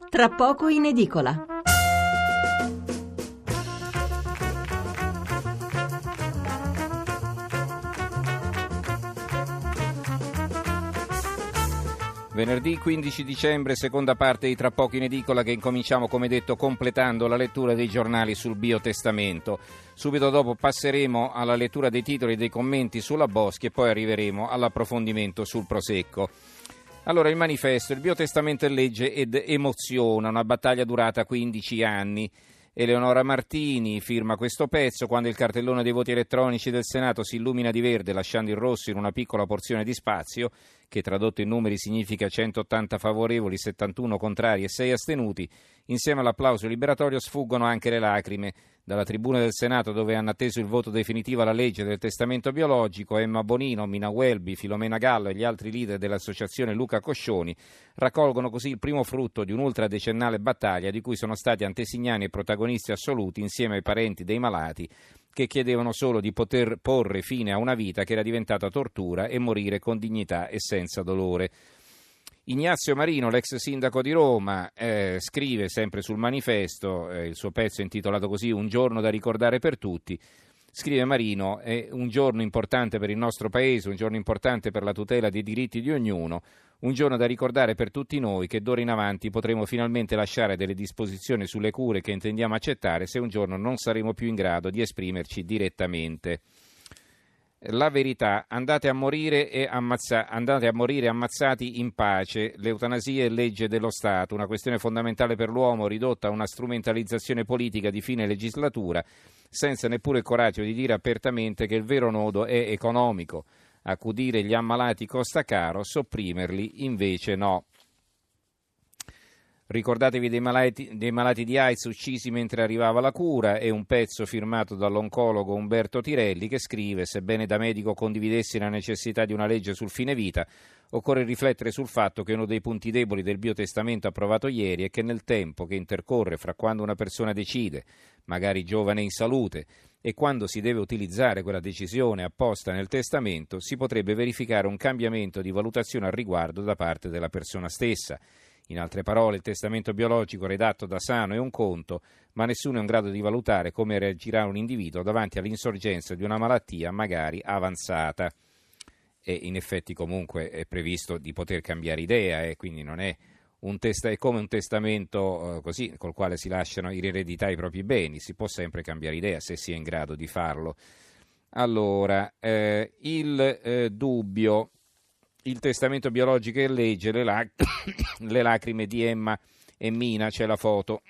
Tra poco in edicola. Venerdì 15 dicembre, seconda parte di Tra poco in edicola, che incominciamo, come detto, completando la lettura dei giornali sul biotestamento. Subito dopo passeremo alla lettura dei titoli e dei commenti sulla Boschi e poi arriveremo all'approfondimento sul Prosecco. Allora, il manifesto: il biotestamento è legge ed emoziona, una battaglia durata 15 anni. Eleonora Martini firma questo pezzo quando il cartellone dei voti elettronici del Senato si illumina di verde, lasciando il rosso in una piccola porzione di spazio, che tradotto in numeri significa 180 favorevoli, 71 contrari e 6 astenuti. Insieme all'applauso liberatorio sfuggono anche le lacrime. Dalla tribuna del Senato, dove hanno atteso il voto definitivo alla legge del testamento biologico, Emma Bonino, Mina Welby, Filomena Gallo e gli altri leader dell'associazione Luca Coscioni raccolgono così il primo frutto di un'ultradecennale battaglia di cui sono stati antesignani e protagonisti assoluti insieme ai parenti dei malati, che chiedevano solo di poter porre fine a una vita che era diventata tortura e morire con dignità e senza dolore. Ignazio Marino, l'ex sindaco di Roma, scrive sempre sul manifesto, il suo pezzo è intitolato così: Un giorno da ricordare per tutti. Scrive Marino: è un giorno importante per il nostro paese, un giorno importante per la tutela dei diritti di ognuno, un giorno da ricordare per tutti noi, che d'ora in avanti potremo finalmente lasciare delle disposizioni sulle cure che intendiamo accettare se un giorno non saremo più in grado di esprimerci direttamente. La verità: andate a morire ammazzati in pace. L'eutanasia è legge dello Stato, una questione fondamentale per l'uomo, ridotta a una strumentalizzazione politica di fine legislatura, senza neppure il coraggio di dire apertamente che il vero nodo è economico. Accudire gli ammalati costa caro, sopprimerli invece no. Ricordatevi dei malati di AIDS uccisi mentre arrivava la cura. È un pezzo firmato dall'oncologo Umberto Tirelli, che scrive: sebbene da medico condividessi la necessità di una legge sul fine vita, occorre riflettere sul fatto che uno dei punti deboli del biotestamento approvato ieri è che nel tempo che intercorre fra quando una persona decide, magari giovane in salute, e quando si deve utilizzare quella decisione apposta nel testamento, si potrebbe verificare un cambiamento di valutazione al riguardo da parte della persona stessa. In altre parole, il testamento biologico redatto da Sano è un conto, ma nessuno è in grado di valutare come reagirà un individuo davanti all'insorgenza di una malattia magari avanzata. E in effetti comunque è previsto di poter cambiare idea, quindi non è è come un testamento così, col quale si lasciano in eredità i propri beni, si può sempre cambiare idea se si è in grado di farlo. Allora, il dubbio: il testamento biologico è legge, le lacrime di Emma e Mina, c'è la foto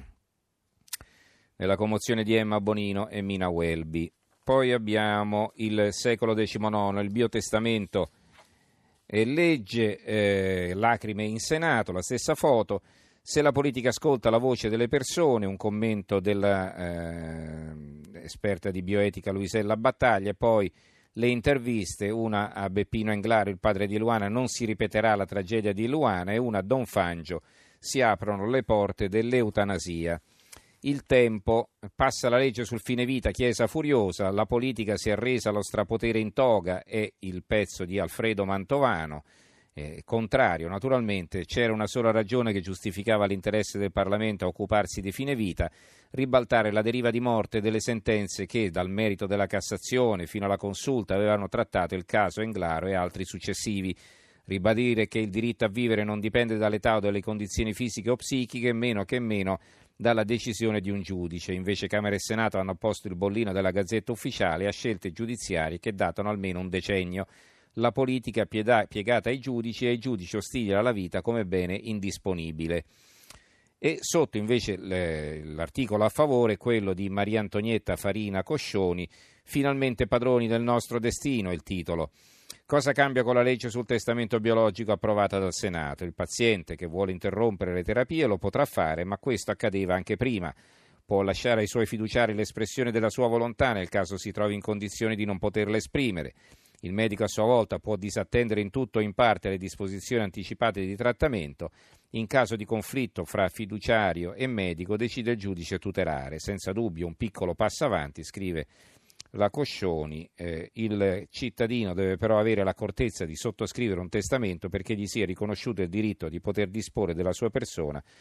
nella commozione di Emma Bonino e Mina Welby. Poi abbiamo il secolo XIX, il biotestamento è legge, lacrime in Senato, la stessa foto. Se la politica ascolta la voce delle persone, un commento della esperta di bioetica Luisella Battaglia, e poi le interviste, una a Beppino Englaro, il padre di Eluana: non si ripeterà la tragedia di Eluana, e una a Don Fangio: si aprono le porte dell'eutanasia. Il Tempo: passa la legge sul fine vita, Chiesa furiosa, la politica si è arresa allo strapotere in toga, è il pezzo di Alfredo Mantovano. Contrario, naturalmente, c'era una sola ragione che giustificava l'interesse del Parlamento a occuparsi di fine vita: ribaltare la deriva di morte delle sentenze che, dal merito della Cassazione fino alla Consulta, avevano trattato il caso Englaro e altri successivi. Ribadire che il diritto a vivere non dipende dall'età o dalle condizioni fisiche o psichiche, meno che meno dalla decisione di un giudice. Invece Camera e Senato hanno posto il bollino della Gazzetta Ufficiale a scelte giudiziarie che datano almeno un decennio. La politica piegata ai giudici e ai giudici ostili alla vita come bene indisponibile. E sotto invece l'articolo a favore, quello di Maria Antonietta Farina Coscioni: finalmente padroni del nostro destino, il titolo. Cosa cambia con la legge sul testamento biologico approvata dal Senato? Il paziente che vuole interrompere le terapie lo potrà fare, ma questo accadeva anche prima. Può lasciare ai suoi fiduciari l'espressione della sua volontà nel caso si trovi in condizioni di non poterla esprimere. Il medico a sua volta può disattendere in tutto o in parte le disposizioni anticipate di trattamento. In caso di conflitto fra fiduciario e medico decide il giudice tutelare. Senza dubbio un piccolo passo avanti, scrive la Coscioni. Il cittadino deve però avere l'accortezza di sottoscrivere un testamento perché gli sia riconosciuto il diritto di poter disporre della sua persona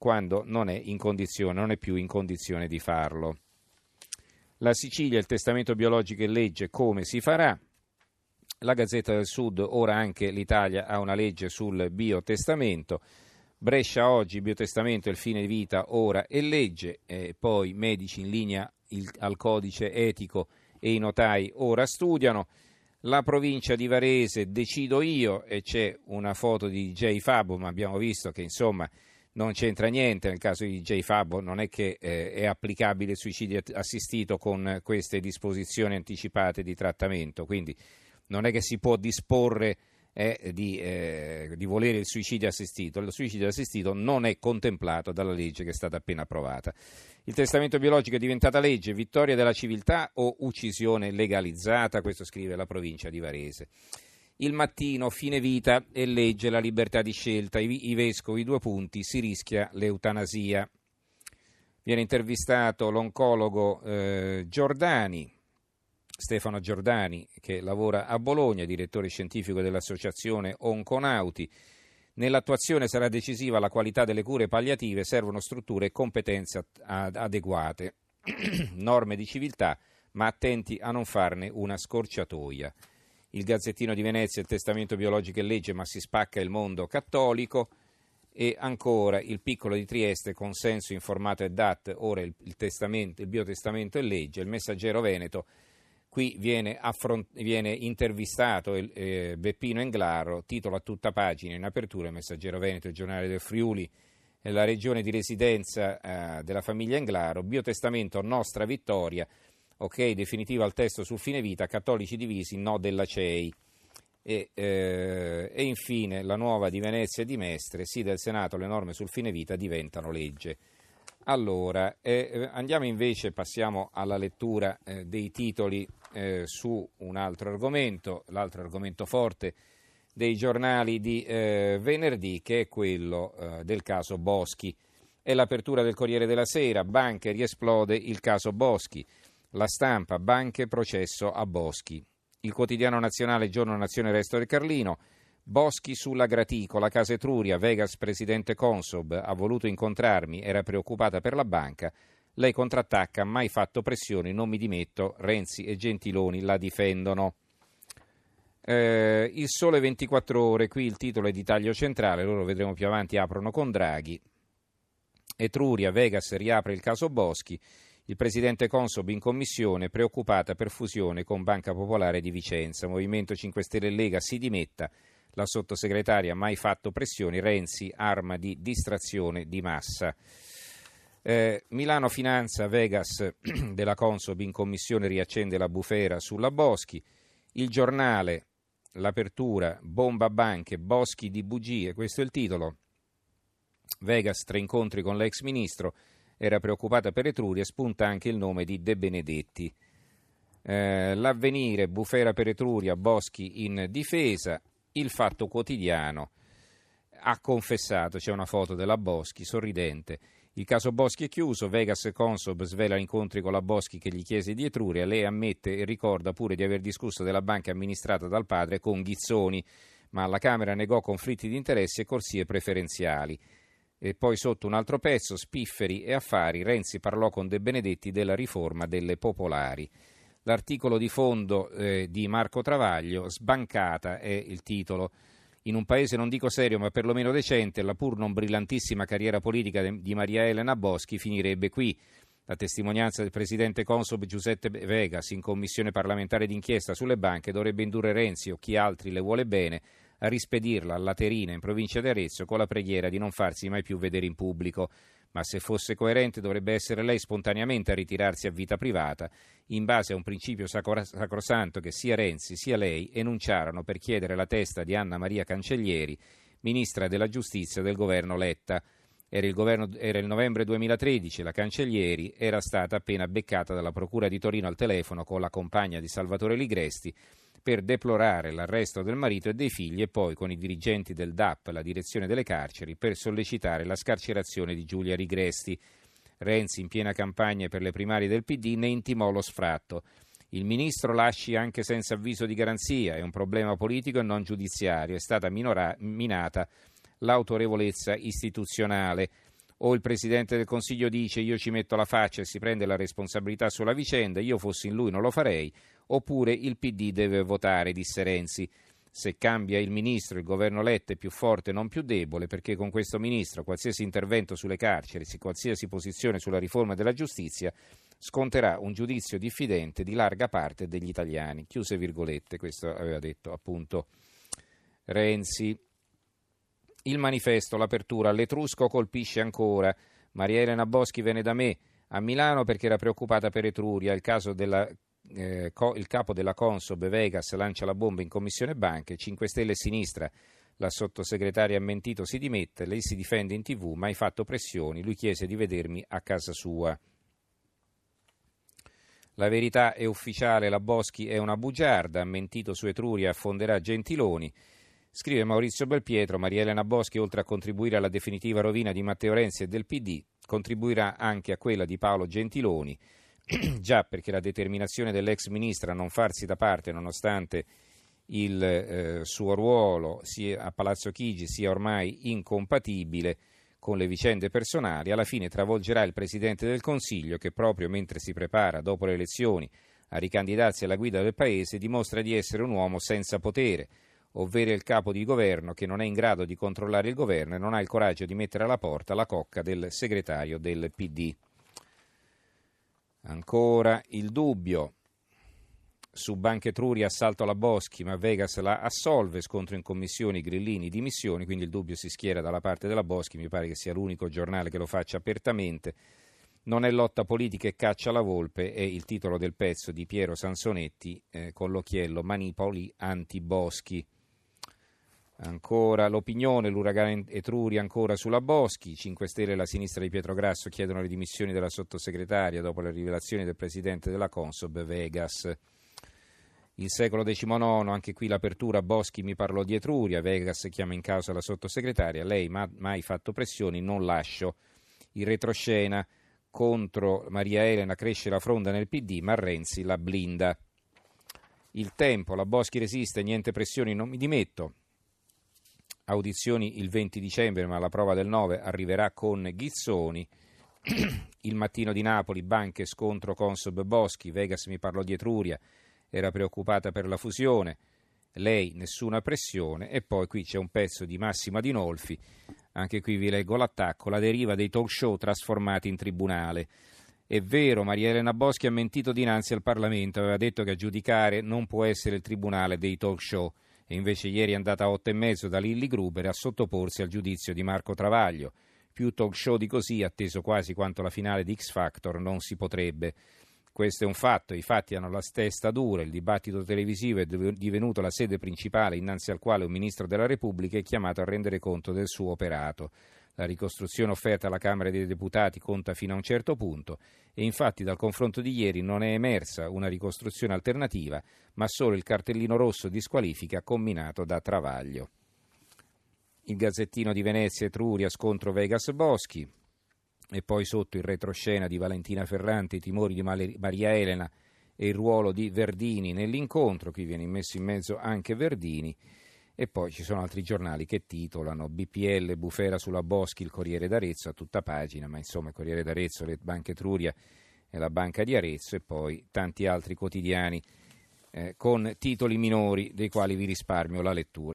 quando non è più in condizione di farlo. La Sicilia, il testamento biologico e legge, come si farà? La Gazzetta del Sud, ora anche l'Italia ha una legge sul biotestamento. Brescia oggi, biotestamento, il fine vita, ora è legge. Poi medici in linea al codice etico e i notai ora studiano. La provincia di Varese, decido io, e c'è una foto di J. Fabbo, ma abbiamo visto che insomma non c'entra niente nel caso di J. Fabbo, non è che è applicabile il suicidio assistito con queste disposizioni anticipate di trattamento, quindi non è che si può disporre di volere il suicidio assistito non è contemplato dalla legge che è stata appena approvata. Il testamento biologico è diventata legge, vittoria della civiltà o uccisione legalizzata? Questo scrive la provincia di Varese. Il Mattino, fine vita e legge, la libertà di scelta, i vescovi, 2 punti, si rischia l'eutanasia. Viene intervistato l'oncologo Stefano Giordani, che lavora a Bologna, direttore scientifico dell'associazione Onconauti. Nell'attuazione sarà decisiva la qualità delle cure palliative, servono strutture e competenze adeguate, norme di civiltà, ma attenti a non farne una scorciatoia. Il Gazzettino di Venezia, il testamento biologico e legge, ma si spacca il mondo cattolico. E ancora il Piccolo di Trieste, consenso informato e DAT, ora il biotestamento e legge. Il Messaggero Veneto, qui viene intervistato Beppino Englaro, titolo a tutta pagina in apertura, il Messaggero Veneto, il giornale del Friuli, la regione di residenza della famiglia Englaro, biotestamento nostra vittoria, ok, definitiva al testo sul fine vita, cattolici divisi, no della CEI. E infine la Nuova di Venezia e di Mestre, sì del Senato, le norme sul fine vita diventano legge. Allora, passiamo alla lettura dei titoli su un altro argomento, l'altro argomento forte dei giornali di venerdì, che è quello del caso Boschi. È l'apertura del Corriere della Sera, banche, riesplode il caso Boschi. La Stampa, banche, processo a Boschi. Il Quotidiano Nazionale, Giorno Nazione, Resto del Carlino. Boschi sulla graticola, Casa Etruria, Vegas presidente Consob, ha voluto incontrarmi, era preoccupata per la banca, lei contrattacca, mai fatto pressioni, non mi dimetto, Renzi e Gentiloni la difendono. Il Sole 24 Ore, qui il titolo è di taglio centrale, loro vedremo più avanti, aprono con Draghi. Etruria, Vegas riapre il caso Boschi, il presidente Consob in commissione, preoccupata per fusione con Banca Popolare di Vicenza, Movimento 5 Stelle e Lega si dimetta, la sottosegretaria mai fatto pressioni, Renzi arma di distrazione di massa. Milano Finanza, Vegas della Consob in commissione riaccende la bufera sulla Boschi. Il Giornale, l'apertura, bomba banche, Boschi di bugie, questo è il titolo. Vegas 3 incontri con l'ex ministro, era preoccupata per Etruria, spunta anche il nome di De Benedetti. L'Avvenire, bufera per Etruria, Boschi in difesa. Il Fatto Quotidiano ha confessato, c'è una foto della Boschi sorridente, il caso Boschi è chiuso, Vegas e Consob svela incontri con la Boschi che gli chiese di Etruria, lei ammette e ricorda pure di aver discusso della banca amministrata dal padre con Ghizzoni, ma alla Camera negò conflitti di interessi e corsie preferenziali. E poi sotto un altro pezzo, spifferi e affari, Renzi parlò con De Benedetti della riforma delle popolari. L'articolo di fondo di Marco Travaglio, sbancata è il titolo. In un paese non dico serio ma perlomeno decente, la pur non brillantissima carriera politica di Maria Elena Boschi finirebbe qui. La testimonianza del presidente Consob Giuseppe Vegas in commissione parlamentare d'inchiesta sulle banche dovrebbe indurre Renzi o chi altri le vuole bene a rispedirla a Laterina in provincia di Arezzo con la preghiera di non farsi mai più vedere in pubblico. Ma se fosse coerente dovrebbe essere lei spontaneamente a ritirarsi a vita privata, in base a un principio sacrosanto che sia Renzi sia lei enunciarono per chiedere la testa di Anna Maria Cancellieri, ministra della giustizia del governo Letta. Era il novembre 2013, la Cancellieri era stata appena beccata dalla Procura di Torino al telefono con la compagna di Salvatore Ligresti per deplorare l'arresto del marito e dei figli e poi con i dirigenti del DAP, la direzione delle carceri, per sollecitare la scarcerazione di Giulia Ligresti. Renzi, in piena campagna per le primarie del PD, ne intimò lo sfratto. Il ministro lasci anche senza avviso di garanzia, è un problema politico e non giudiziario, è stata minata l'autorevolezza istituzionale. o il Presidente del Consiglio dice io ci metto la faccia e si prende la responsabilità sulla vicenda, io fossi in lui non lo farei, oppure il PD deve votare, disse Renzi. Se cambia il ministro, il governo Letta è più forte non più debole, perché con questo ministro qualsiasi intervento sulle carceri, qualsiasi posizione sulla riforma della giustizia sconterà un giudizio diffidente di larga parte degli italiani. Chiuse virgolette, questo aveva detto appunto Renzi. Il Manifesto, l'apertura, l'Etrusco colpisce ancora. Maria Elena Boschi venne da me a Milano perché era preoccupata per Etruria, il capo della Consob Vegas lancia la bomba in Commissione Banche, 5 Stelle e Sinistra, la sottosegretaria ha mentito, si dimette, lei si difende in TV, mai fatto pressioni, lui chiese di vedermi a casa sua. La verità è ufficiale, la Boschi è una bugiarda, ha mentito su Etruria, affonderà Gentiloni. Scrive Maurizio Belpietro, Maria Elena Boschi, oltre a contribuire alla definitiva rovina di Matteo Renzi e del PD, contribuirà anche a quella di Paolo Gentiloni. Già, perché la determinazione dell'ex ministra a non farsi da parte nonostante il suo ruolo sia a Palazzo Chigi sia ormai incompatibile con le vicende personali, alla fine travolgerà il Presidente del Consiglio che proprio mentre si prepara dopo le elezioni a ricandidarsi alla guida del Paese dimostra di essere un uomo senza potere, ovvero il capo di governo che non è in grado di controllare il governo e non ha il coraggio di mettere alla porta la cocca del segretario del PD. Ancora il dubbio su Banca Etruria, assalto alla Boschi, ma Vegas la assolve, scontro in commissioni, Grillini dimissioni, quindi il dubbio si schiera dalla parte della Boschi, mi pare che sia l'unico giornale che lo faccia apertamente. Non è lotta politica e caccia alla volpe, è il titolo del pezzo di Piero Sansonetti con l'occhiello Manipoli anti-Boschi. Ancora l'opinione, l'uragano Etruria ancora sulla Boschi, 5 Stelle e la sinistra di Pietro Grasso chiedono le dimissioni della sottosegretaria dopo le rivelazioni del presidente della Consob Vegas. Il Secolo XIX, anche qui l'apertura, Boschi mi parlò di Etruria, Vegas chiama in causa la sottosegretaria, lei mai fatto pressioni, non lascio. Il retroscena, contro Maria Elena cresce la fronda nel PD, ma Renzi la blinda. Il Tempo, la Boschi resiste, niente pressioni, non mi dimetto. Audizioni il 20 dicembre, ma la prova del 9 arriverà con Ghizzoni. Il Mattino di Napoli, banche, scontro Consob Boschi, Vegas mi parlò di Etruria, era preoccupata per la fusione, lei nessuna pressione. E poi qui c'è un pezzo di Massimo Adinolfi, anche qui vi leggo l'attacco, la deriva dei talk show trasformati in tribunale. È vero, Maria Elena Boschi ha mentito dinanzi al Parlamento, aveva detto che a giudicare non può essere il tribunale dei talk show, e invece ieri è andata a 8:30 da Lilli Gruber a sottoporsi al giudizio di Marco Travaglio. Più talk show di così, atteso quasi quanto la finale di X Factor, non si potrebbe. Questo è un fatto, i fatti hanno la testa dura, il dibattito televisivo è divenuto la sede principale innanzi al quale un ministro della Repubblica è chiamato a rendere conto del suo operato. La ricostruzione offerta alla Camera dei Deputati conta fino a un certo punto e infatti dal confronto di ieri non è emersa una ricostruzione alternativa, ma solo il cartellino rosso di squalifica comminato da Travaglio. Il Gazzettino di Venezia, Etruria, scontro Vegas Boschi, e poi sotto il retroscena di Valentina Ferrante, i timori di Maria Elena e il ruolo di Verdini nell'incontro, qui viene messo in mezzo anche Verdini. E poi ci sono altri giornali che titolano BPL, bufera sulla Boschi, il Corriere d'Arezzo a tutta pagina, ma insomma il Corriere d'Arezzo, le Banche Etruria e la Banca di Arezzo, e poi tanti altri quotidiani con titoli minori dei quali vi risparmio la lettura.